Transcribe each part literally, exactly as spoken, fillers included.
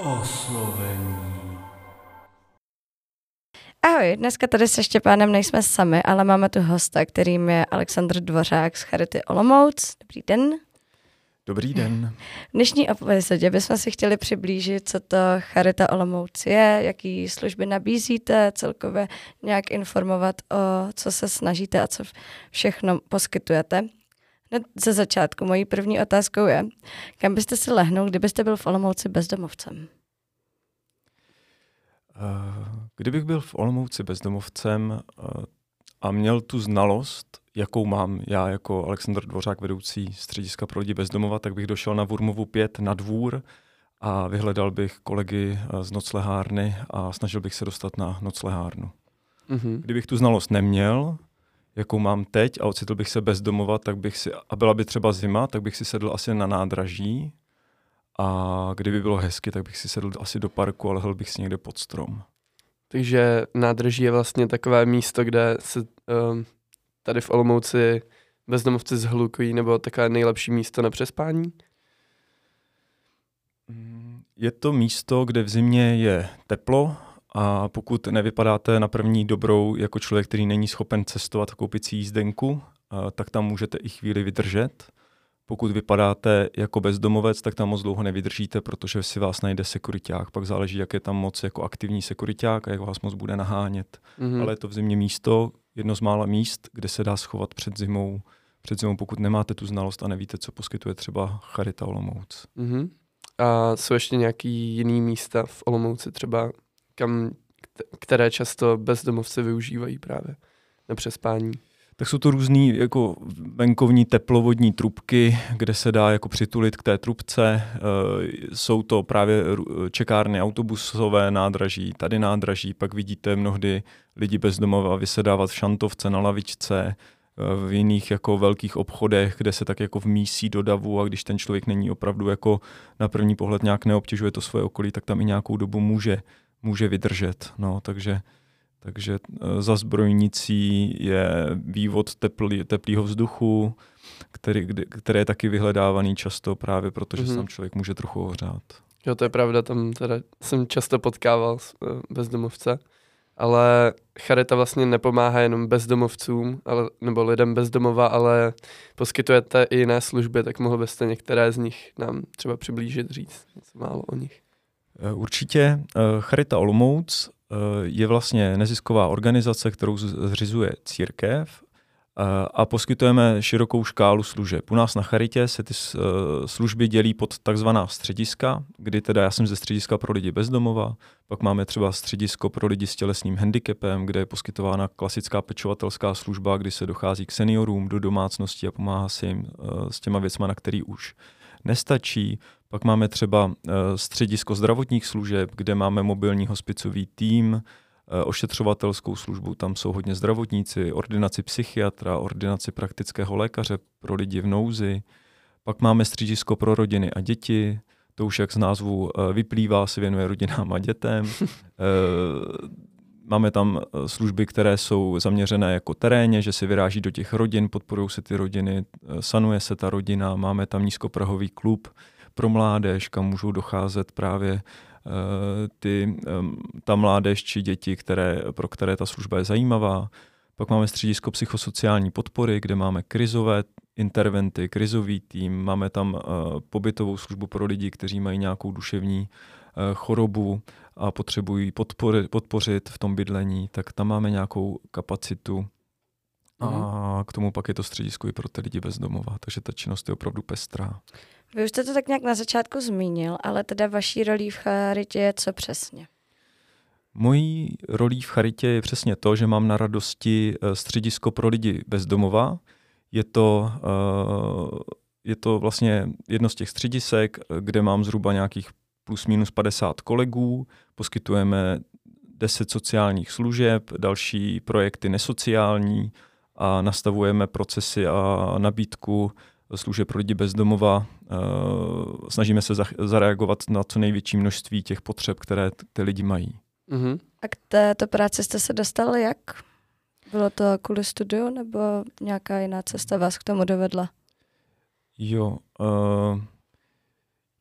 Oslovení. Ahoj, dneska tady se Štěpánem nejsme sami, ale máme tu hosta, kterým je Alexandr Dvořák z Charity Olomouc. Dobrý den. Dobrý den. V dnešní epizodě bychom si chtěli přiblížit, co to Charita Olomouc je, jaký služby nabízíte, celkově nějak informovat o co se snažíte a co všechno poskytujete. Hned ze začátku mojí první otázkou je, kam byste si lehnul, kdybyste byl v Olomouci bezdomovcem? Kdybych byl v Olomouci bezdomovcem a měl tu znalost, jakou mám já jako Alexandr Dvořák, vedoucí střediska pro lidi bezdomova, tak bych došel na Wurmovu pět na dvůr a vyhledal bych kolegy z noclehárny a snažil bych se dostat na noclehárnu. Mm-hmm. Kdybych tu znalost neměl, jakou mám teď a ocitl bych se bezdomova, tak bych si, a byla by třeba zima, tak bych si sedl asi na nádraží a kdyby bylo hezky, tak bych si sedl asi do parku a lehl bych si někde pod strom. Takže nádraží je vlastně takové místo, kde se um, tady v Olomouci bezdomovci zhlukují, nebo takové nejlepší místo na přespání? Je to místo, kde v zimě je teplo a pokud nevypadáte na první dobrou jako člověk, který není schopen cestovat a koupit si jízdenku, tak tam můžete i chvíli vydržet. Pokud vypadáte jako bezdomovec, tak tam moc dlouho nevydržíte, protože si vás najde sekuriťák. Pak záleží, jak je tam moc jako aktivní sekuriťák a jak vás moc bude nahánět. Mm-hmm. Ale je to v zimě místo, jedno z mála míst, kde se dá schovat před zimou, před zimou, pokud nemáte tu znalost a nevíte, co poskytuje třeba Charita Olomouc. Mm-hmm. A jsou ještě nějaký jiný místa v Olomouci třeba, kam, které často bezdomovci využívají právě na přespání? Tak jsou to různý jako venkovní teplovodní trubky, kde se dá jako přitulit k té trubce. E, jsou to právě čekárny autobusové nádraží, tady nádraží, pak vidíte mnohdy lidi bezdomova vysedávat v šantovce na lavičce, v jiných jako velkých obchodech, kde se tak jako vmísí do davu a když ten člověk není opravdu jako na první pohled nějak neobtěžuje to svoje okolí, tak tam i nějakou dobu může, může vydržet. No, takže Takže za zbrojnicí je vývod teplý, teplého vzduchu, který, který je taky vyhledávaný často právě proto, že mm-hmm. se tam člověk může trochu ohřát. Jo, to je pravda, tam teda jsem často potkával bezdomovce, ale Charita vlastně nepomáhá jenom bezdomovcům, ale, nebo lidem bezdomova, ale poskytujete i jiné služby, tak mohl byste některé z nich nám třeba přiblížit, říct něco málo o nich. Určitě. Charita Olomouc je vlastně nezisková organizace, kterou zřizuje církev a poskytujeme širokou škálu služeb. U nás na Charitě se ty služby dělí pod takzvaná střediska, kdy teda já jsem ze střediska pro lidi bezdomova, pak máme třeba středisko pro lidi s tělesným handicapem, kde je poskytována klasická pečovatelská služba, kdy se dochází k seniorům do domácností a pomáhá se jim s těma věcma, na který už nestačí. Pak máme třeba středisko zdravotních služeb, kde máme mobilní hospicový tým, ošetřovatelskou službu, tam jsou hodně zdravotníci, ordinaci psychiatra, ordinaci praktického lékaře pro lidi v nouzi. Pak máme středisko pro rodiny a děti, to už jak z názvu vyplývá, se věnuje rodinám a dětem. Máme tam služby, které jsou zaměřené jako terénně, že se vyráží do těch rodin, podporují se ty rodiny, sanuje se ta rodina, máme tam nízkoprahový klub pro mládež, kam můžou docházet právě uh, ty, um, ta mládež či děti, které, pro které ta služba je zajímavá. Pak máme středisko psychosociální podpory, kde máme krizové interventy, krizový tým, máme tam uh, pobytovou službu pro lidi, kteří mají nějakou duševní uh, chorobu a potřebují podpory, podpořit v tom bydlení, tak tam máme nějakou kapacitu. A k tomu pak je to středisko i pro ty lidi bezdomova, takže ta činnost je opravdu pestrá. Vy už jste to tak nějak na začátku zmínil, ale teda vaší rolí v Charitě je co přesně? Mojí rolí v Charitě je přesně to, že mám na radosti středisko pro lidi bezdomova. Je to, je to vlastně jedno z těch středisek, kde mám zhruba nějakých plus minus padesát kolegů, poskytujeme deset sociálních služeb, další projekty nesociální a nastavujeme procesy a nabídku služeb pro lidi bezdomova. Snažíme se zareagovat na co největší množství těch potřeb, které ty lidi mají. Mm-hmm. A k této práci jste se dostali jak? Bylo to kvůli studiu nebo nějaká jiná cesta vás k tomu dovedla? Jo, uh,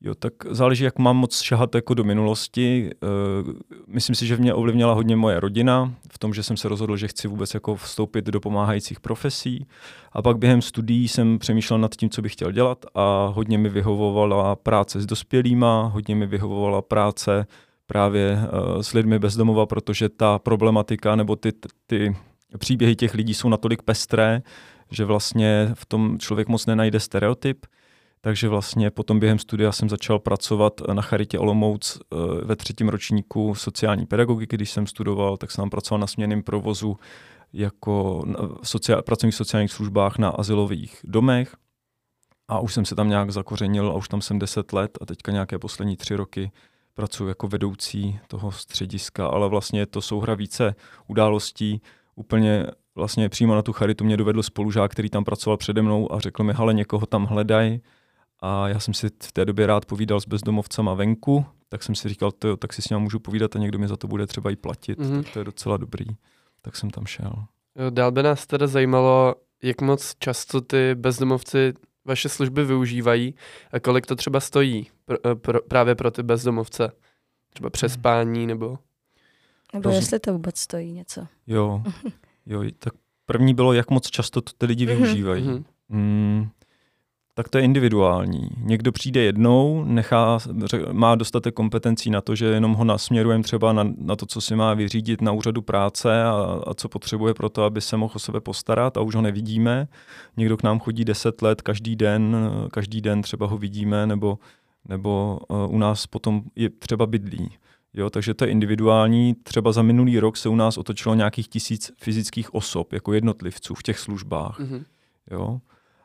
Jo, tak záleží, jak mám moc šahat jako do minulosti. Myslím si, že mě ovlivnila hodně moje rodina v tom, že jsem se rozhodl, že chci vůbec jako vstoupit do pomáhajících profesí. A pak během studií jsem přemýšlel nad tím, co bych chtěl dělat a hodně mi vyhovovala práce s dospělýma, hodně mi vyhovovala práce právě s lidmi bez domova, protože ta problematika nebo ty, ty příběhy těch lidí jsou natolik pestré, že vlastně v tom člověk moc nenajde stereotyp. Takže vlastně potom během studia jsem začal pracovat na Charitě Olomouc ve třetím ročníku sociální pedagogiky. Když jsem studoval, tak jsem pracoval na směnném provozu jako sociál, pracovních sociálních službách na azylových domech. A už jsem se tam nějak zakořenil a už tam jsem deset let a teďka nějaké poslední tři roky pracuji jako vedoucí toho střediska. Ale vlastně je to souhra více událostí. Úplně vlastně přímo na tu Charitu mě dovedl spolužák, který tam pracoval přede mnou a řekl mi, hele, někoho tam hledaj. A já jsem si v té době rád povídal s bezdomovcama venku, tak jsem si říkal, to, tak si s ním můžu povídat a někdo mi za to bude třeba i platit, mm-hmm. tak to je docela dobrý. Tak jsem tam šel. Dál by nás teda zajímalo, jak moc často ty bezdomovci vaše služby využívají a kolik to třeba stojí pr- pr- právě pro ty bezdomovce. Třeba přespání nebo... Nebo Rozum... jestli to vůbec stojí něco. Jo, jo, tak první bylo, jak moc často to ty lidi využívají. Mm-hmm. Mm. Tak to je individuální. Někdo přijde jednou, nechá, má dostatek kompetencí na to, že jenom ho nasměrujeme třeba na, na to, co si má vyřídit na úřadu práce a, a co potřebuje pro to, aby se mohl o sebe postarat a už ho nevidíme. Někdo k nám chodí deset let, každý den, každý den třeba ho vidíme, nebo, nebo uh, u nás potom je třeba bydlí. Jo, takže to je individuální. Třeba za minulý rok se u nás otočilo nějakých tisíc fyzických osob, jako jednotlivců v těch službách. Mm-hmm. Jo.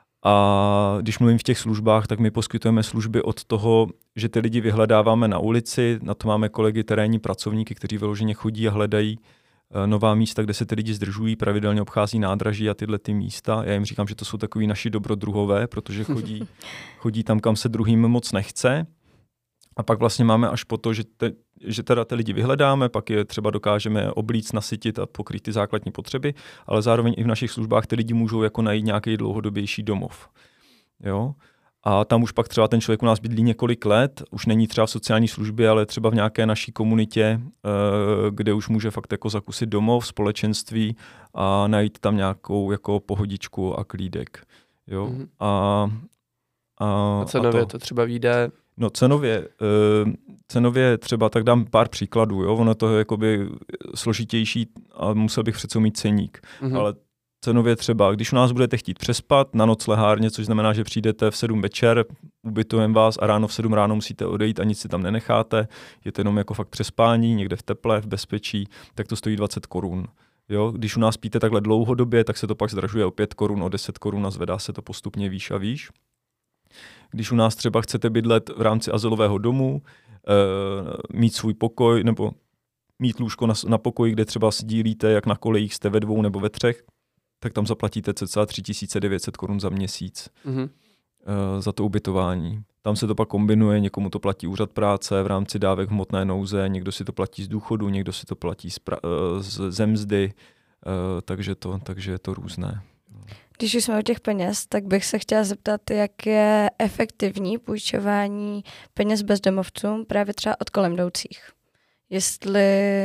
A když mluvím v těch službách, tak my poskytujeme služby od toho, že ty lidi vyhledáváme na ulici, na to máme kolegy, terénní pracovníky, kteří vyloženě chodí a hledají nová místa, kde se ty lidi zdržují, pravidelně obchází nádraží a tyhle ty místa. Já jim říkám, že to jsou takový naši dobrodruhové, protože chodí, chodí tam, kam se druhým moc nechce. A pak vlastně máme až po to, že, te, že teda ty lidi vyhledáme, pak je třeba dokážeme oblíct, nasytit a pokrýt ty základní potřeby, ale zároveň i v našich službách ty lidi můžou jako najít nějaký dlouhodobější domov. Jo? A tam už pak třeba ten člověk u nás bydlí několik let, už není třeba v sociální službě, ale třeba v nějaké naší komunitě, kde už může fakt jako zakusit domov, společenství a najít tam nějakou jako pohodičku a klídek. Jo? Mm-hmm. A, a, a cenově a to, to třeba vyjde... No cenově, cenově třeba, tak dám pár příkladů, jo? Ono to je jakoby složitější a musel bych přece mít ceník, mm-hmm. ale cenově třeba, když u nás budete chtít přespat na noclehárně, což znamená, že přijdete v sedm večer, ubytujeme vás a ráno v sedm ráno musíte odejít a nic si tam nenecháte, je to jenom jako fakt přespání, někde v teple, v bezpečí, tak to stojí dvacet korun. Jo? Když u nás spíte takhle dlouhodobě, tak se to pak zdražuje o pět korun, o deset korun a zvedá se to postupně výš a výš. Když u nás třeba chcete bydlet v rámci azylového domu, e, mít svůj pokoj nebo mít lůžko na, na pokoji, kde třeba sdílíte, jak na kolejích jste ve dvou nebo ve třech, tak tam zaplatíte cca tři tisíce devět set korun za měsíc mm-hmm. e, za to ubytování. Tam se to pak kombinuje, někomu to platí úřad práce v rámci dávek hmotné nouze, někdo si to platí z důchodu, někdo si to platí z, pra, e, z zemzdy, e, takže, to, takže je to různé. Když už jsme o těch peněz, tak bych se chtěla zeptat, jak je efektivní půjčování peněz bezdomovcům právě třeba od kolem jdoucích. Jestli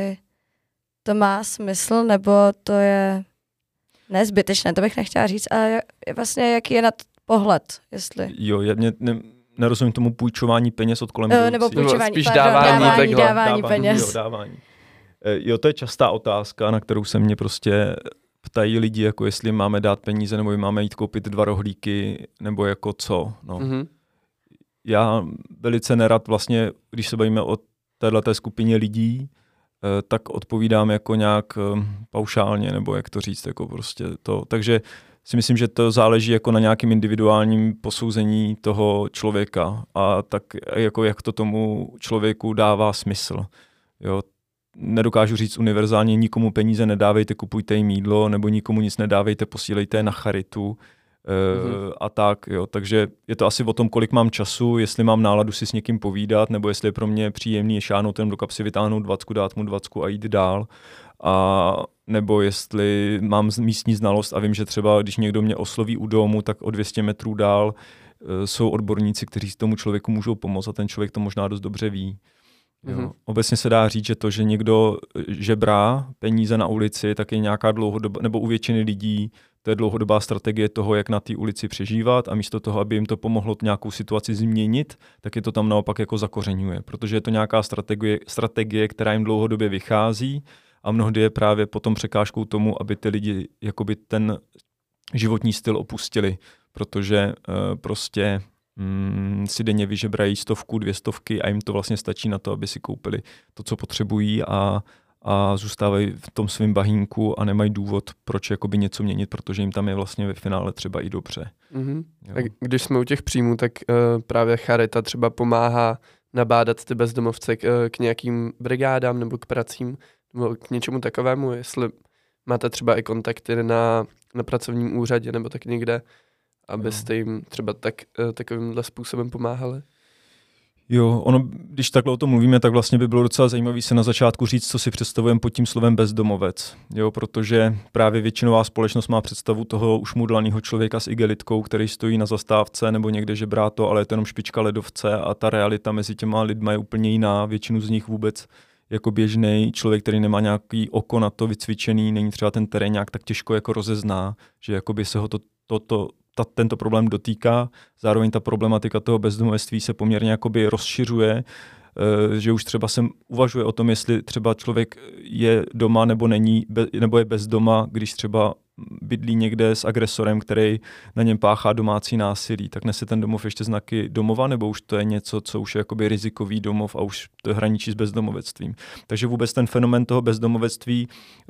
to má smysl, nebo to je nezbytečné, to bych nechtěla říct, ale vlastně jaký je na to pohled, jestli... Jo, já mě, ne, nerozumím tomu půjčování peněz od kolem jdoucích. Nebo půjčování, spíš pardon, dávání, dávání, dávání, dávání peněz. Jo, dávání. Jo, to je častá otázka, na kterou se mě prostě... ptají lidi, jako jestli máme dát peníze, nebo máme jít koupit dva rohlíky, nebo jako co. No. Mm-hmm. Já velice nerad vlastně, když se bavíme o téhleté skupině lidí, tak odpovídám jako nějak paušálně, nebo jak to říct, jako prostě to. Takže si myslím, že to záleží jako na nějakém individuálním posouzení toho člověka a tak jako jak to tomu člověku dává smysl. Jo. Nedokážu říct univerzálně, nikomu peníze nedávejte, kupujte jim jídlo, nebo nikomu nic nedávejte, posílejte na charitu mm-hmm. a tak. Jo. Takže je to asi o tom, kolik mám času, jestli mám náladu si s někým povídat, nebo jestli je pro mě příjemný šáhnout ten do kapsy, vytáhnout dvacku, dát mu dvacku a jít dál. A nebo jestli mám místní znalost a vím, že třeba když někdo mě osloví u domu, tak o dvě stě metrů dál jsou odborníci, kteří tomu člověku můžou pomoct a ten člověk to možná dost dobře ví. Jo. Mhm. Obecně se dá říct, že to, že někdo žebrá peníze na ulici, tak je nějaká dlouhodobá, nebo u většiny lidí, to je dlouhodobá strategie toho, jak na té ulici přežívat a místo toho, aby jim to pomohlo nějakou situaci změnit, tak je to tam naopak jako zakořeňuje, protože je to nějaká strategie, strategie, která jim dlouhodobě vychází a mnohdy je právě potom překážkou tomu, aby ty lidi jakoby ten životní styl opustili, protože uh, prostě mm, si denně vyžebrají stovku, dvě stovky a jim to vlastně stačí na to, aby si koupili to, co potřebují a, a zůstávají v tom svém bahínku a nemají důvod, proč jakoby něco měnit, protože jim tam je vlastně ve finále třeba i dobře. Mm-hmm. A když jsme u těch příjmů, tak uh, právě charita třeba pomáhá nabádat ty bezdomovce k, k nějakým brigádám nebo k pracím nebo k něčemu takovému, jestli máte třeba i kontakty na, na pracovním úřadě nebo tak někde, abyste jim třeba tak, takovýmhle způsobem pomáhali? Jo, ono, když takhle o tom mluvíme, tak vlastně by bylo docela zajímavé se na začátku říct, co si představujeme pod tím slovem bezdomovec. Jo, protože právě většinová společnost má představu toho už mudlaného člověka s igelitkou, který stojí na zastávce nebo někde žebrá to, ale je to jenom špička ledovce a ta realita mezi těma lidma je úplně jiná. Většinu z nich vůbec jako běžný člověk, který nemá nějaký oko na to vycvičený, není třeba ten terén nějak tak těžko jako rozezná, že jakoby se ho to, to, to Ta, tento problém dotýká. Zároveň ta problematika toho bezdomovectví se poměrně jakoby rozšiřuje, že už třeba se uvažuje o tom, jestli třeba člověk je doma nebo není, nebo je bez doma, když třeba bydlí někde s agresorem, který na něm páchá domácí násilí, tak nese ten domov ještě znaky domova, nebo už to je něco, co už je jakoby rizikový domov a už to hraničí s bezdomovectvím. Takže vůbec ten fenomén toho bezdomovectví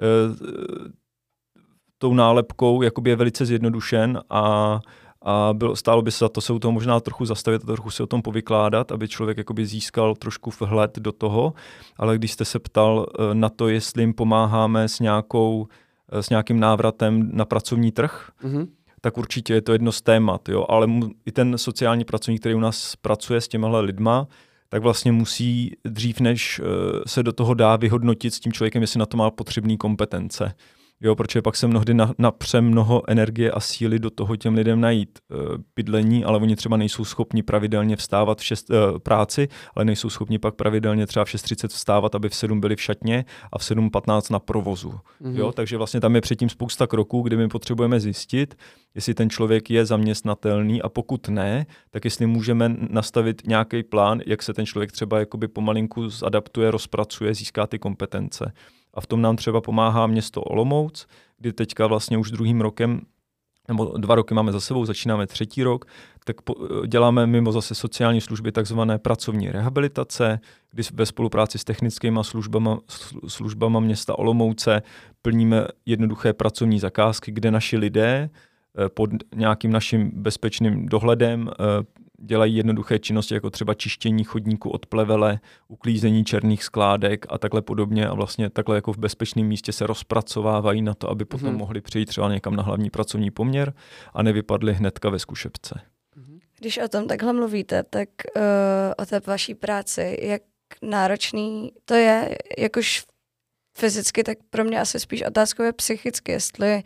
tou nálepkou jakoby je velice zjednodušen a, a bylo, stálo by se za to se u toho možná trochu zastavit a trochu si o tom povykládat, aby člověk jakoby získal trošku vhled do toho, ale když jste se ptal na to, jestli jim pomáháme s, nějakou, s nějakým návratem na pracovní trh, mm-hmm. tak určitě je to jedno z témat, jo? Ale mu, i ten sociální pracovník, který u nás pracuje s těmahle lidma, tak vlastně musí dřív, než se do toho dá vyhodnotit s tím člověkem, jestli na to má potřebné kompetence. Jo, protože pak se mnohdy napře mnoho energie a síly do toho těm lidem najít e, bydlení, ale oni třeba nejsou schopni pravidelně vstávat v šest, e, práci, ale nejsou schopni pak pravidelně třeba v šest třicet vstávat, aby v sedm byli v šatně a v sedm patnáct na provozu. Mm-hmm. Jo, takže vlastně tam je předtím spousta kroků, kdy my potřebujeme zjistit, jestli ten člověk je zaměstnatelný a pokud ne, tak jestli můžeme nastavit nějaký plán, jak se ten člověk třeba jakoby pomalinku zadaptuje, rozpracuje, získá ty kompetence. A v tom nám třeba pomáhá město Olomouc, kdy teďka vlastně už druhým rokem, nebo dva roky máme za sebou, začínáme třetí rok, tak po, děláme mimo zase sociální služby takzvané pracovní rehabilitace, kdy ve spolupráci s technickými službama, službama města Olomouce plníme jednoduché pracovní zakázky, kde naši lidé pod nějakým naším bezpečným dohledem dělají jednoduché činnosti, jako třeba čištění chodníku od plevele, uklízení černých skládek a takhle podobně a vlastně takhle jako v bezpečném místě se rozpracovávají na to, aby potom hmm. mohli přijít třeba někam na hlavní pracovní poměr a nevypadli hnedka ve zkušebce. Když o tom takhle mluvíte, tak uh, o té vaší práci, jak náročný to je, jakož fyzicky, tak pro mě asi spíš otázkou je psychicky, jestli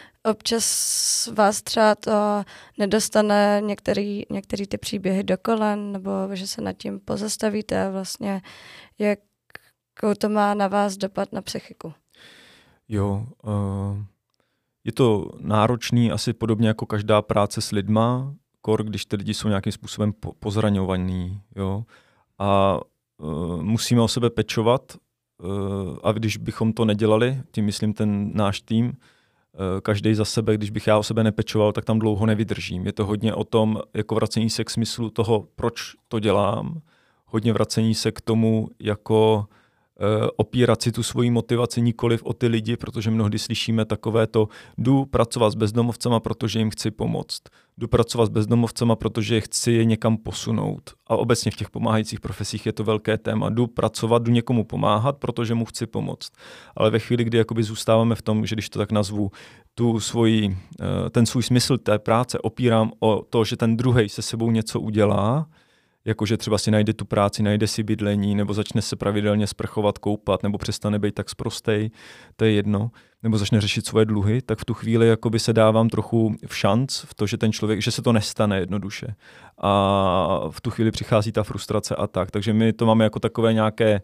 občas vás třeba to nedostane některý, některý ty příběhy do kolen, nebo že se nad tím pozastavíte a vlastně jakou to má na vás dopad na psychiku. Jo, uh, je to náročný asi podobně jako každá práce s lidma, kor, když ty lidi jsou nějakým způsobem po, pozraňovaný, jo, a uh, musíme o sebe pečovat uh, a když bychom to nedělali, tím myslím ten náš tým, každý za sebe, když bych já o sebe nepečoval, tak tam dlouho nevydržím. Je to hodně o tom, jako vracení se k smyslu toho, proč to dělám, hodně vracení se k tomu, jako e, opírat si tu svoji motivaci nikoliv o ty lidi, protože mnohdy slyšíme takové to, jdu pracovat s bezdomovcema, protože jim chci pomoct. Jdu pracovat s bezdomovcema, protože je chci je někam posunout. A obecně v těch pomáhajících profesích je to velké téma. Jdu pracovat, jdu někomu pomáhat, protože mu chci pomoct. Ale ve chvíli, kdy jakoby zůstáváme v tom, že když to tak nazvu, tu svoji, ten svůj smysl té práce opírám o to, že ten druhej se sebou něco udělá, jakože třeba si najde tu práci, najde si bydlení, nebo začne se pravidelně sprchovat, koupat, nebo přestane být tak sprostej, to je jedno, nebo začne řešit svoje dluhy, tak v tu chvíli jakoby se dávám trochu v šanc v to, že ten člověk, že se to nestane jednoduše. A v tu chvíli přichází ta frustrace a tak. Takže my to máme jako takové nějaké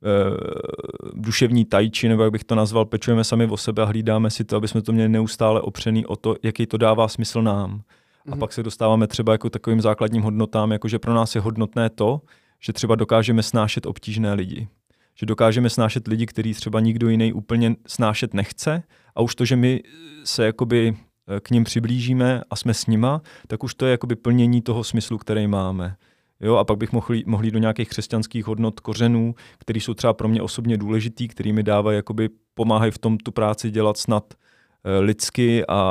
duševní tajči, nebo jak bych to nazval, pečujeme sami o sebe a hlídáme si to, aby jsme to měli neustále opřený o to, jaký to dává smysl nám. A mm. pak se dostáváme třeba jako takovým základním hodnotám, jakože pro nás je hodnotné to, že třeba dokážeme snášet obtížné lidi. Že dokážeme snášet lidi, který třeba nikdo jiný úplně snášet nechce, a už to, že my se jakoby k nim přiblížíme a jsme s nima, tak už to je jakoby plnění toho smyslu, který máme. Jo, a pak bych mohli, mohli do nějakých křesťanských hodnot kořenů, které jsou třeba pro mě osobně důležitý, který mi dávají, jakoby pomáhají v tom tu práci dělat snad e, lidsky a,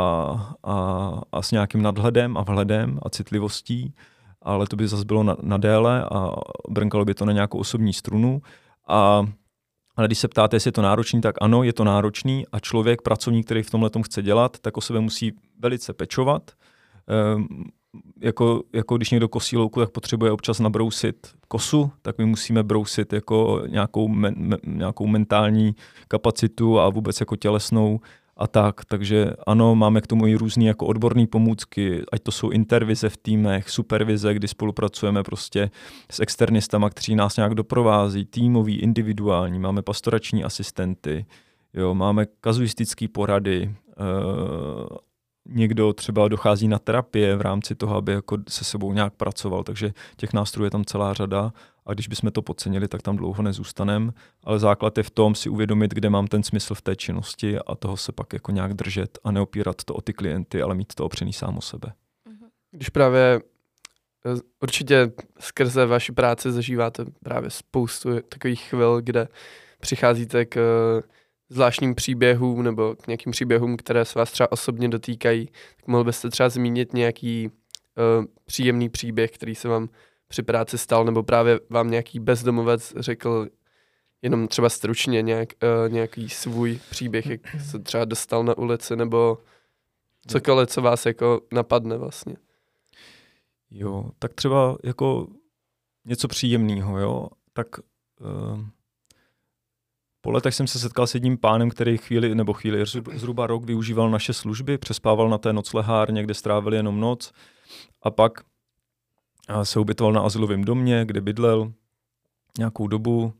a, a s nějakým nadhledem a vhledem a citlivostí, ale to by zase bylo na, na déle a brnkalo by to na nějakou osobní strunu. A, ale když se ptáte, jestli je to náročný, tak ano, je to náročný a člověk, pracovník, který v tomhletom chce dělat, tak o sebe musí velice pečovat. E, Jako, jako když někdo kosí louku, tak potřebuje občas nabrousit kosu, tak my musíme brousit jako nějakou, men, me, nějakou mentální kapacitu a vůbec jako tělesnou a tak. Takže ano, máme k tomu i různý jako odborné pomůcky, ať to jsou intervize v týmech, supervize, kdy spolupracujeme prostě s externistama, kteří nás nějak doprovází, týmový, individuální, máme pastorační asistenty, jo, máme kazuistické porady, uh, někdo třeba dochází na terapie v rámci toho, aby jako se sebou nějak pracoval, takže těch nástrojů je tam celá řada a když bychom to podcenili, tak tam dlouho nezůstaneme, ale základ je v tom si uvědomit, kde mám ten smysl v té činnosti a toho se pak jako nějak držet a neopírat to o ty klienty, ale mít to opřený sám o sebe. Když právě určitě skrze vaši práci zažíváte právě spoustu takových chvil, kde přicházíte k zvláštním příběhům nebo k nějakým příběhům, které se vás třeba osobně dotýkají, tak mohl byste třeba zmínit nějaký uh, příjemný příběh, který se vám při práci stal, nebo právě vám nějaký bezdomovec řekl jenom třeba stručně nějak, uh, nějaký svůj příběh, jak se třeba dostal na ulici, nebo cokoliv, co vás jako napadne vlastně. Jo, tak třeba jako něco příjemného, jo, tak uh... po letech jsem se setkal s jedním pánem, který chvíli, nebo chvíli, zhruba rok využíval naše služby, přespával na té noclehárně, kde strávil jenom noc a pak se ubytoval na azylovém domě, kde bydlel nějakou dobu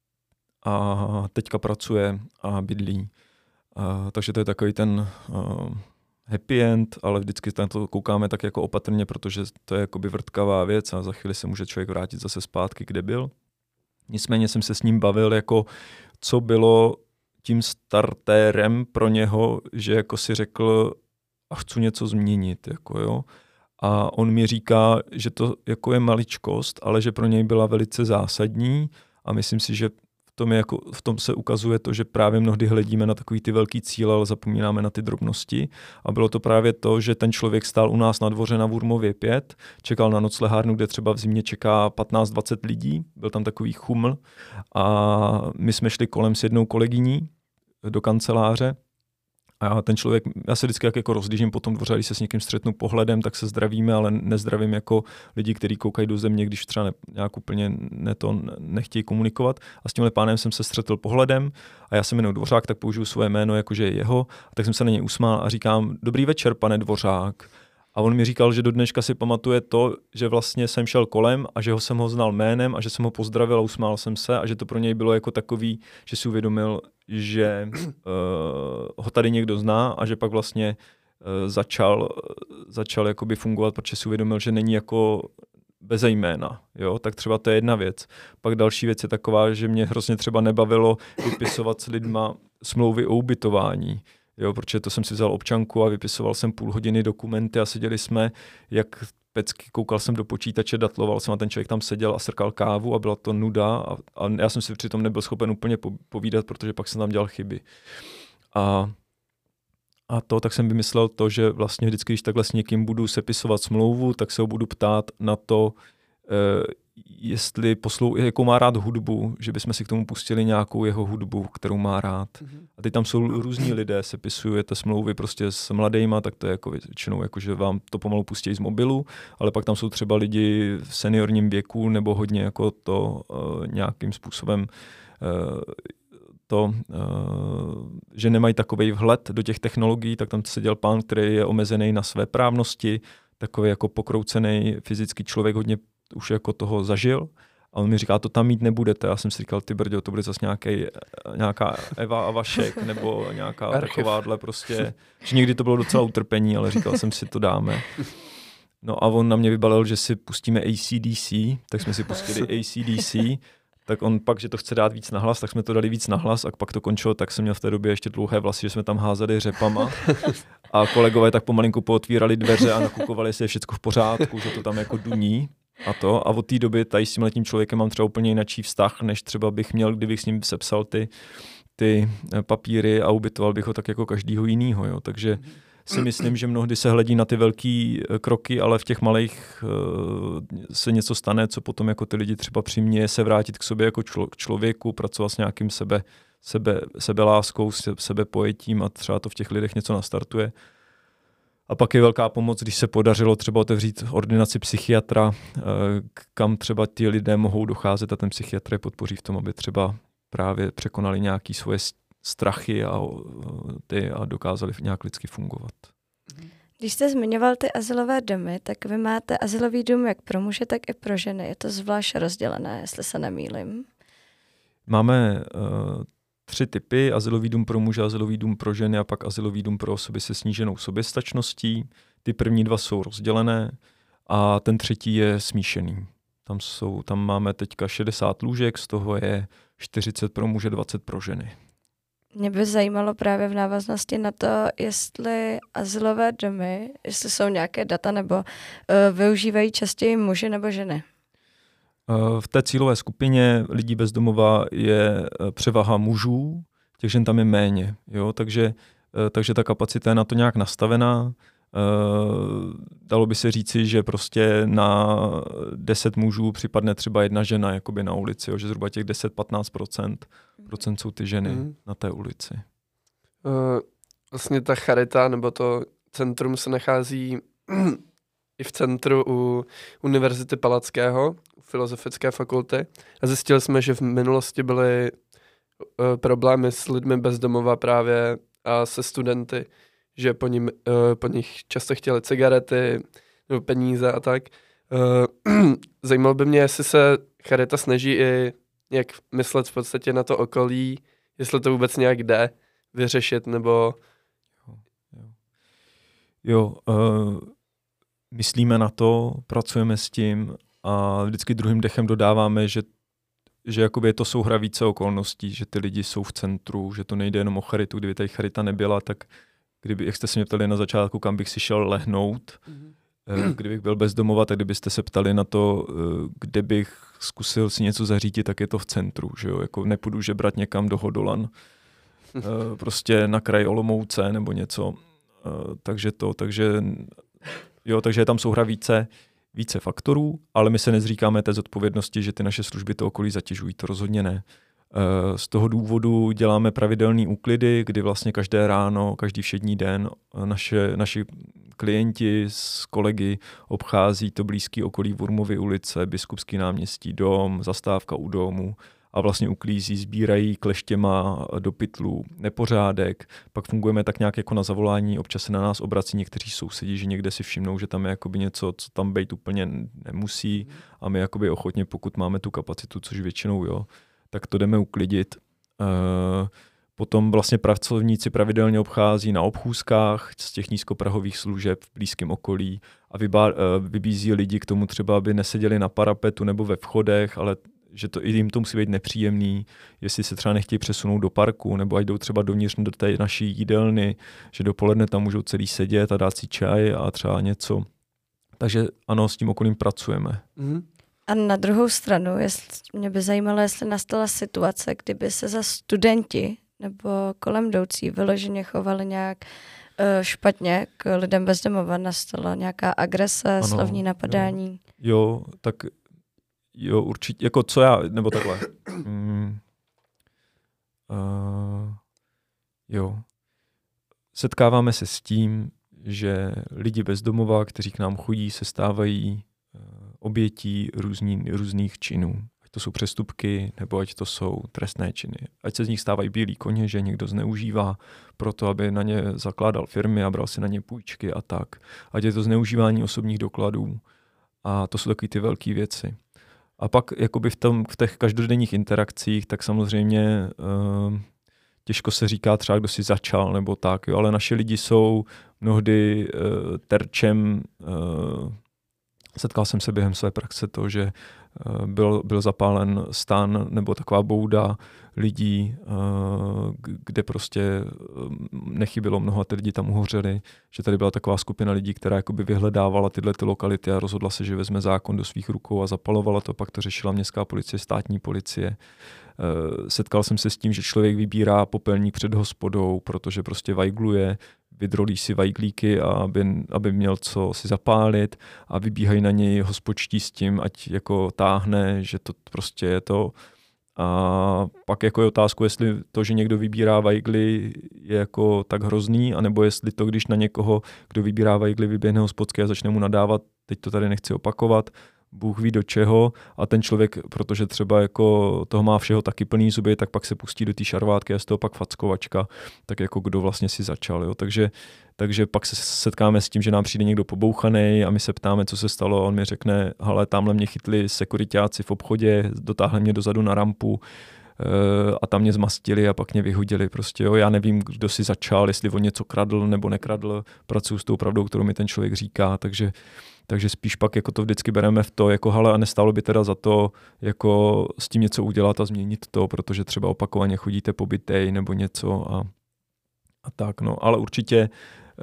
a teďka pracuje a bydlí. A, takže to je takový ten uh, happy end, ale vždycky na to koukáme tak jako opatrně, protože to je jakoby vrtkavá věc a za chvíli se může člověk vrátit zase zpátky, kde byl. Nicméně jsem se s ním bavil, jako co bylo tím startérem pro něho, že jako si řekl a chci něco změnit. Jako jo. A on mi říká, že to jako je maličkost, ale že pro něj byla velice zásadní a myslím si, že v tom, je jako, v tom se ukazuje to, že právě mnohdy hledíme na takový ty velký cíle, ale zapomínáme na ty drobnosti. A bylo to právě to, že ten člověk stál u nás na dvoře na Vurmově pět, čekal na noclehárnu, kde třeba v zimě čeká patnáct dvacet lidí, byl tam takový chuml a my jsme šli kolem s jednou kolegyní do kanceláře a ten člověk, já se vždycky jak jako rozdížím po tom dvoře, když se s někým střetnu pohledem, tak se zdravíme, ale nezdravím jako lidi, kteří koukají do země, když třeba ne, nějak úplně ne to, nechtějí komunikovat. A s tímhle pánem jsem se střetl pohledem a já jsem jmenuji Dvořák, tak použiju svoje jméno, jakože je jeho. A tak jsem se na něj usmál a říkám, dobrý večer, pane Dvořák. A on mi říkal, že do dneška si pamatuje to, že vlastně jsem šel kolem a že ho jsem ho znal jménem a že jsem ho pozdravil a usmál jsem se a že to pro něj bylo jako takový, že si uvědomil, že uh, ho tady někdo zná a že pak vlastně uh, začal, začal jakoby fungovat, protože si uvědomil, že není jako beze jména. Jo? Tak třeba to je jedna věc. Pak další věc je taková, že mě hrozně třeba nebavilo vypisovat s lidma smlouvy o ubytování. Jo, protože to jsem si vzal občanku a vypisoval jsem půl hodiny dokumenty a seděli jsme, jak pecky, koukal jsem do počítače, datloval jsem a ten člověk tam seděl a srkal kávu a byla to nuda a, a já jsem si přitom nebyl schopen úplně povídat, protože pak jsem tam dělal chyby. A, a to, tak jsem vymyslel to, že vlastně vždycky, když takhle s někým budu sepisovat smlouvu, tak se ho budu ptát na to, jestli poslou, jakou má rád hudbu, že bychom si k tomu pustili nějakou jeho hudbu, kterou má rád. Mm-hmm. A teď tam jsou různí lidé, sepisujete smlouvy prostě s mladejma, tak to je jako většinou, jako, že vám to pomalu pustí z mobilu, ale pak tam jsou třeba lidi v seniorním věku nebo hodně jako to uh, nějakým způsobem uh, to, uh, že nemají takovej vhled do těch technologií, tak tam seděl pán, který je omezený na své právnosti, takový jako pokroucený fyzický člověk, hodně už jako toho zažil. A on mi říká, to tam mít nebudete. Já jsem si říkal, ty brďo, to bude zase nějaký, nějaká Eva a Vašek, nebo nějaká Archiv. Takováhle prostě, že někdy to bylo docela utrpení, ale říkal jsem si, to dáme. No a on na mě vybalil, že si pustíme A C D C, tak jsme si pustili A C D C, tak on pak, že to chce dát víc nahlas, tak jsme to dali víc nahlas a pak to končilo, tak jsem měl v té době ještě dlouhé vlasy, že jsme tam házeli řepama a kolegové tak pomalinku pootvírali dveře a nakukovali, jestli je všechno v pořádku, že to tam jako duní a to. A od té doby tady s tímhletím člověkem mám třeba úplně jiný vztah, než třeba bych měl, kdybych s ním sepsal ty, ty papíry a ubytoval bych ho tak jako každýho jinýho, jo. Takže si myslím, že mnohdy se hledí na ty velký kroky, ale v těch malých uh, se něco stane, co potom jako ty lidi třeba přiměje se vrátit k sobě jako člo, k člověku, pracovat s nějakým sebe, sebe, sebeláskou, sebepojetím a třeba to v těch lidech něco nastartuje. A pak je velká pomoc, když se podařilo třeba otevřít ordinaci psychiatra, uh, kam třeba ti lidé mohou docházet a ten psychiatr je podpoří v tom, aby třeba právě překonali nějaké svoje strachy a, ty, a dokázali nějak lidsky fungovat. Když jste zmiňoval ty azylové domy, tak vy máte azylový dům jak pro muže, tak i pro ženy. Je to zvlášť rozdělené, jestli se nemýlim. Máme uh, tři typy. Azylový dům pro muže, azylový dům pro ženy a pak azylový dům pro osoby se sníženou soběstačností. Ty první dva jsou rozdělené a ten třetí je smíšený. Tam, jsou, tam máme teďka šedesát lůžek, z toho je čtyřicet pro muže, dvacet pro ženy. Mě by zajímalo právě v návaznosti na to, jestli azylové domy, jestli jsou nějaké data, nebo uh, využívají častěji muži nebo ženy. Uh, v té cílové skupině lidí bez domova je převaha mužů, těch žen tam je méně. Jo? Takže, uh, takže ta kapacita je na to nějak nastavená. Uh, dalo by se říci, že prostě na deset mužů připadne třeba jedna žena jakoby na ulici, jo? Že zhruba těch deset až patnáct procent procent jsou ty ženy mm. na té ulici. Uh, vlastně ta charita nebo to centrum se nachází i v centru u Univerzity Palackého, u Filozofické fakulty. A zjistili jsme, že v minulosti byly uh, problémy s lidmi bez domova právě a se studenty, že po, ním, uh, po nich často chtěli cigarety nebo peníze a tak. Uh, zajímalo by mě, jestli se charita snaží i jak myslet v podstatě na to okolí, jestli to vůbec nějak jde vyřešit, nebo... Jo, jo. jo uh, myslíme na to, pracujeme s tím a vždycky druhým dechem dodáváme, že, že jakoby je to souhra více okolností, že ty lidi jsou v centru, že to nejde jenom o charitu. Kdyby tady charita nebyla, tak kdyby, jak jste se mě ptali na začátku, kam bych si šel lehnout, mm-hmm. Kdybych byl bezdomova, tak kdybyste se ptali na to, kde bych zkusil si něco zařídit, tak je to v centru. Že jo? Jako nepůjdu žebrat někam do Hodolan, prostě na kraji Olomouce nebo něco. Takže to, takže, jo, takže je tam souhra více, více faktorů, ale my se nezříkáme té zodpovědnosti, že ty naše služby to okolí zatěžují, to rozhodně ne. Z toho důvodu děláme pravidelné úklidy, kdy vlastně každé ráno, každý všední den naše, naši klienti s kolegy obchází to blízké okolí Wurmovy ulice, Biskupský náměstí, dom, zastávka u domu a vlastně uklízí, sbírají kleštěma do pytlů nepořádek. Pak fungujeme tak nějak jako na zavolání, občas se na nás obrací někteří sousedí, že někde si všimnou, že tam je jakoby něco, co tam být úplně nemusí a my jakoby ochotně, pokud máme tu kapacitu, což většinou jo, tak to jdeme uklidit. Uh, potom vlastně pracovníci pravidelně obchází na obchůzkách z těch nízkoprahových služeb v blízkém okolí a vybá, uh, vybízí lidi k tomu třeba, aby neseděli na parapetu nebo ve vchodech, ale že to, i jim to musí být nepříjemný, jestli se třeba nechtějí přesunout do parku, nebo ať jdou třeba dovnitř do té naší jídelny, že dopoledne tam můžou celý sedět a dát si čaj a třeba něco. Takže ano, s tím okolím pracujeme. Mm-hmm. A na druhou stranu, jestli, mě by zajímalo, jestli nastala situace, kdyby se za studenti nebo kolem jdoucí vyloženě chovali nějak uh, špatně k lidem bezdomova, nastala nějaká agrese, ano, slovní napadání. Jo, jo tak Jo, určitě, jako co já, nebo takhle. Mm, uh, jo. Setkáváme se s tím, že lidi bez domova, kteří k nám chodí, se stávají uh, obětí různý, různých činů. Ať to jsou přestupky, nebo ať to jsou trestné činy. Ať se z nich stávají bílí koně, že někdo zneužívá proto, aby na ně zakládal firmy a bral si na ně půjčky a tak. Ať je to zneužívání osobních dokladů. A to jsou takové ty velké věci. A pak jakoby v, tom, v těch každodenních interakcích, tak samozřejmě uh, těžko se říká třeba, kdo si začal nebo tak, jo, ale naši lidi jsou mnohdy uh, terčem, uh, setkal jsem se během své praxe to, že uh, byl, byl zapálen stan nebo taková bouda lidí, uh, kde prostě nechybělo mnoho a ty lidi tam uhořeli, že tady byla taková skupina lidí, která jakoby vyhledávala tyhle ty lokality a rozhodla se, že vezme zákon do svých rukou a zapalovala to, pak to řešila městská policie, státní policie. Uh, setkal jsem se s tím, že člověk vybírá popelník před hospodou, protože prostě vajgluje, vydrolí si vajglíky, a aby, aby měl co si zapálit a vybíhají na něj hospodští s tím, ať jako táhne, že to prostě je to. A pak jako je otázku, jestli to, že někdo vybírá vajgly, je jako tak hrozný, anebo jestli to, když na někoho, kdo vybírá vajgly, vyběhne hospodský a začne mu nadávat, teď to tady nechci opakovat, Bůh ví do čeho, a ten člověk, protože třeba jako toho má všeho taky plný zuby, tak pak se pustí do té šarvátky a z toho pak fackovačka, tak jako kdo vlastně si začal. Jo? Takže, takže pak se setkáme s tím, že nám přijde někdo pobouchaný a my se ptáme, co se stalo, a on mi řekne, hele, tamhle mě chytli sekuritáci v obchodě, dotáhli mě dozadu na rampu a tam mě zmastili a pak mě vyhodili. Prostě, jo? Já nevím, kdo si začal, jestli on něco kradl nebo nekradl, pracuji s tou pravdou, kterou mi ten člověk říká, takže Takže spíš pak jako to vždycky bereme v to, jako hele, a nestálo by teda za to jako s tím něco udělat a změnit to, protože třeba opakovaně chodíte po bytej nebo něco a, a tak, no. Ale určitě e,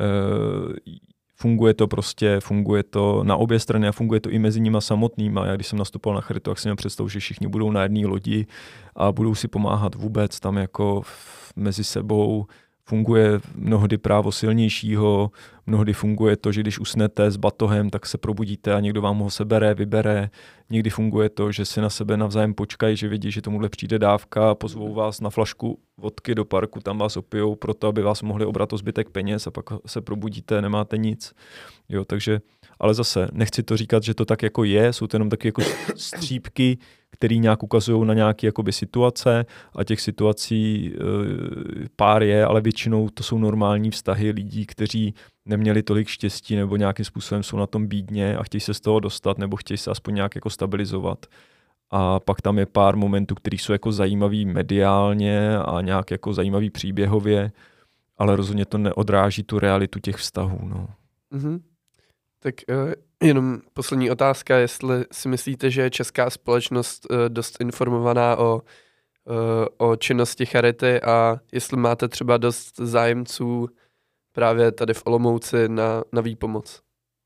funguje to prostě, funguje to na obě strany a funguje to i mezi nima samotnýma. Já když jsem nastupoval na Charitu, tak jsem měl představu, že všichni budou na jedné lodi a budou si pomáhat vůbec tam jako v, mezi sebou. Funguje mnohdy právo silnějšího, mnohdy funguje to, že když usnete s batohem, tak se probudíte a někdo vám ho sebere, vybere. Někdy funguje to, že si na sebe navzájem počkají, že vidí, že tomuhle přijde dávka, pozvou vás na flašku vodky do parku, tam vás opijou proto, aby vás mohli obrat o zbytek peněz, a pak se probudíte, nemáte nic. Jo, takže, ale zase nechci to říkat, že to tak jako je, jsou to jenom taky jako střípky, které nějak ukazují na nějaké jakoby situace, a těch situací e, pár je, ale většinou to jsou normální vztahy lidí, kteří neměli tolik štěstí nebo nějakým způsobem jsou na tom bídně a chtějí se z toho dostat nebo chtějí se aspoň nějak jako stabilizovat. A pak tam je pár momentů, které jsou jako zajímavý mediálně a nějak jako zajímavý příběhově, ale rozhodně to neodráží tu realitu těch vztahů. No. Mm-hmm. Tak uh, jenom poslední otázka, jestli si myslíte, že je česká společnost uh, dost informovaná o, uh, o činnosti Charity a jestli máte třeba dost zájemců právě tady v Olomouci na, na výpomoc?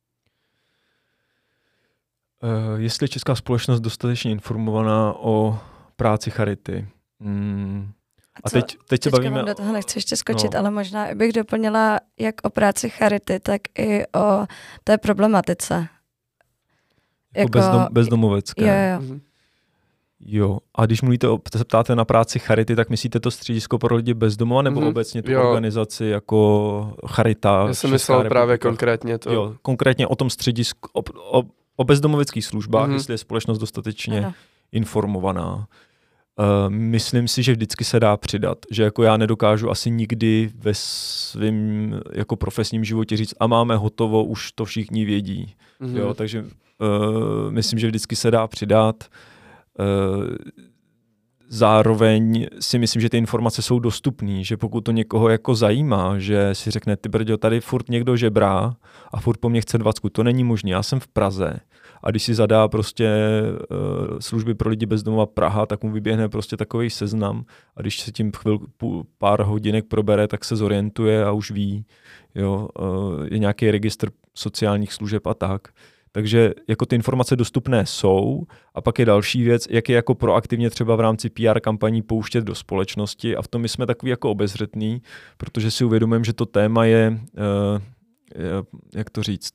Uh, jestli je česká společnost dostatečně informovaná o práci Charity. Hmm. A, a teď, teď se bavíme... do toho nechci ještě skočit, no. ale možná bych doplnila jak o práci Charity, tak i o té problematice. Jako, jako bezdom, bezdomovecké. Jo, jo. Mhm. Jo, a když mluvíte o, se ptáte na práci Charity, tak myslíte to středisko pro lidi bez domova, nebo mm-hmm. obecně tu jo. organizaci jako Charita? Já jsem myslel právě konkrétně to. Jo, konkrétně o tom středisku, o, o, o bezdomoveckých službách, mm-hmm. jestli je společnost dostatečně ano. informovaná. Uh, myslím si, že vždycky se dá přidat, že jako já nedokážu asi nikdy ve svém jako profesním životě říct a máme hotovo, už to všichni vědí. Mm-hmm. Jo, takže uh, myslím, že vždycky se dá přidat. Uh, zároveň si myslím, že ty informace jsou dostupné, že pokud to někoho jako zajímá, že si řekne, ty brďo, tady furt někdo žebrá a furt po mně chce dvacku, to není možné, já jsem v Praze. A když si zadá prostě uh, služby pro lidi bez domova Praha, tak mu vyběhne prostě takový seznam a když se tím chvilku, pár hodinek probere, tak se zorientuje a už ví, jo, uh, je nějaký registr sociálních služeb a tak. Takže jako ty informace dostupné jsou a pak je další věc, jak je jako proaktivně třeba v rámci P R kampaní pouštět do společnosti a v tom my jsme takový jako obezřetný, protože si uvědomujeme, že to téma je, uh, je jak to říct,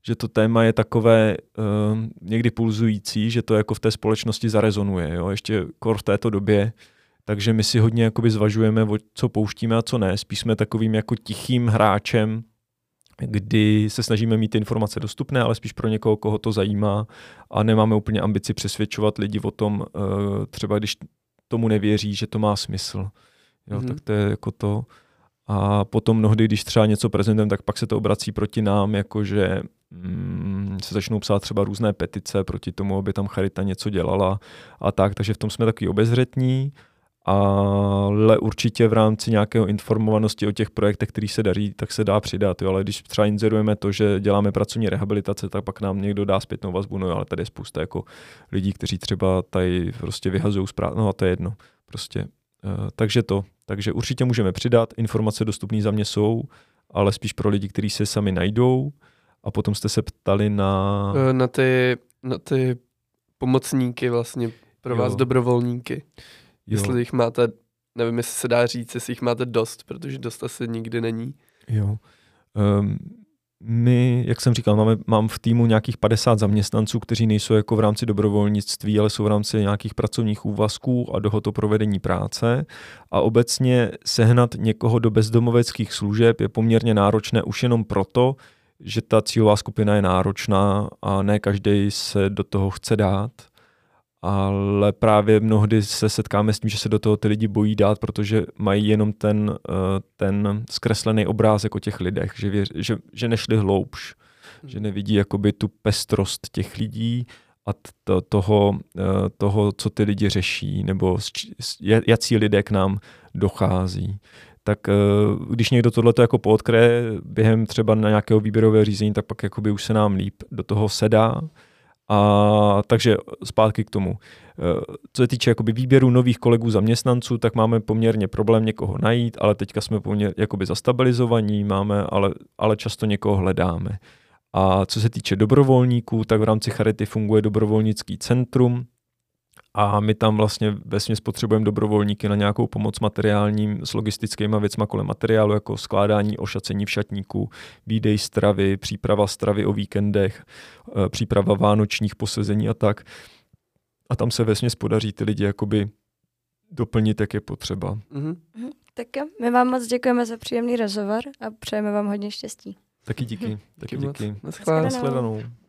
že to téma je takové uh, někdy pulzující, že to jako v té společnosti zarezonuje, jo? Ještě kor v této době. Takže my si hodně jakoby zvažujeme, co pouštíme a co ne. Spíš jsme takovým jako tichým hráčem, kdy se snažíme mít ty informace dostupné, ale spíš pro někoho, koho to zajímá a nemáme úplně ambici přesvědčovat lidi o tom, uh, třeba když tomu nevěří, že to má smysl. Jo? Mm-hmm. Tak to je jako to. A potom mnohdy, když třeba něco prezentujeme, tak pak se to obrací proti nám, jakože mm, se začnou psát třeba různé petice proti tomu, aby tam charita něco dělala a tak, takže v tom jsme takový obezřetní, ale určitě v rámci nějakého informovanosti o těch projektech, který se daří, tak se dá přidat, jo, ale když třeba inzerujeme to, že děláme pracovní rehabilitace, tak pak nám někdo dá zpětnou vazbu, no jo, ale tady je spousta jako lidí, kteří třeba tady prostě vyhazují zpráv, no a to je jedno, prostě. Uh, takže to, takže určitě můžeme přidat, informace dostupné za mě jsou, ale spíš pro lidi, kteří se sami najdou. A potom jste se ptali na... Na ty, na ty pomocníky vlastně, pro jo. vás dobrovolníky. Jo. Jestli jich máte, nevím, jestli se dá říct, jestli jich máte dost, protože dost asi nikdy není. Jo. Um, my, jak jsem říkal, máme, mám v týmu nějakých padesát zaměstnanců, kteří nejsou jako v rámci dobrovolnictví, ale jsou v rámci nějakých pracovních úvazků a dohod o provedení práce. A obecně sehnat někoho do bezdomoveckých služeb je poměrně náročné už jenom proto, že ta cílová skupina je náročná a ne každý se do toho chce dát. Ale právě mnohdy se setkáme s tím, že se do toho ty lidi bojí dát, protože mají jenom ten, ten zkreslený obrázek o těch lidech, že, věř, že, že nešli hloubš, hmm. že nevidí jakoby tu pestrost těch lidí a to, toho, toho, co ty lidi řeší, nebo jací lidé k nám dochází. Tak když někdo tohleto jako poodkryje během třeba na nějakého výběrového řízení, tak pak jakoby už se nám líp do toho sedá. A takže zpátky k tomu. Co se týče jakoby výběru nových kolegů zaměstnanců, tak máme poměrně problém někoho najít, ale teďka jsme poměrně jakoby zastabilizovaní, máme, ale, ale často někoho hledáme. A co se týče dobrovolníků, tak v rámci Charity funguje dobrovolnický centrum a my tam vlastně vesměs potřebujeme dobrovolníky na nějakou pomoc materiálním s logistickými věcma kolem materiálu, jako skládání, ošacení v šatníku, výdej stravy, příprava stravy o víkendech, příprava vánočních posezení a tak. A tam se vesměs podaří ty lidi jakoby doplnit, jak je potřeba. Mm-hmm. Tak jo, my vám moc děkujeme za příjemný rozhovor a přejeme vám hodně štěstí. Taky díky. Taky díky. Naschledanou.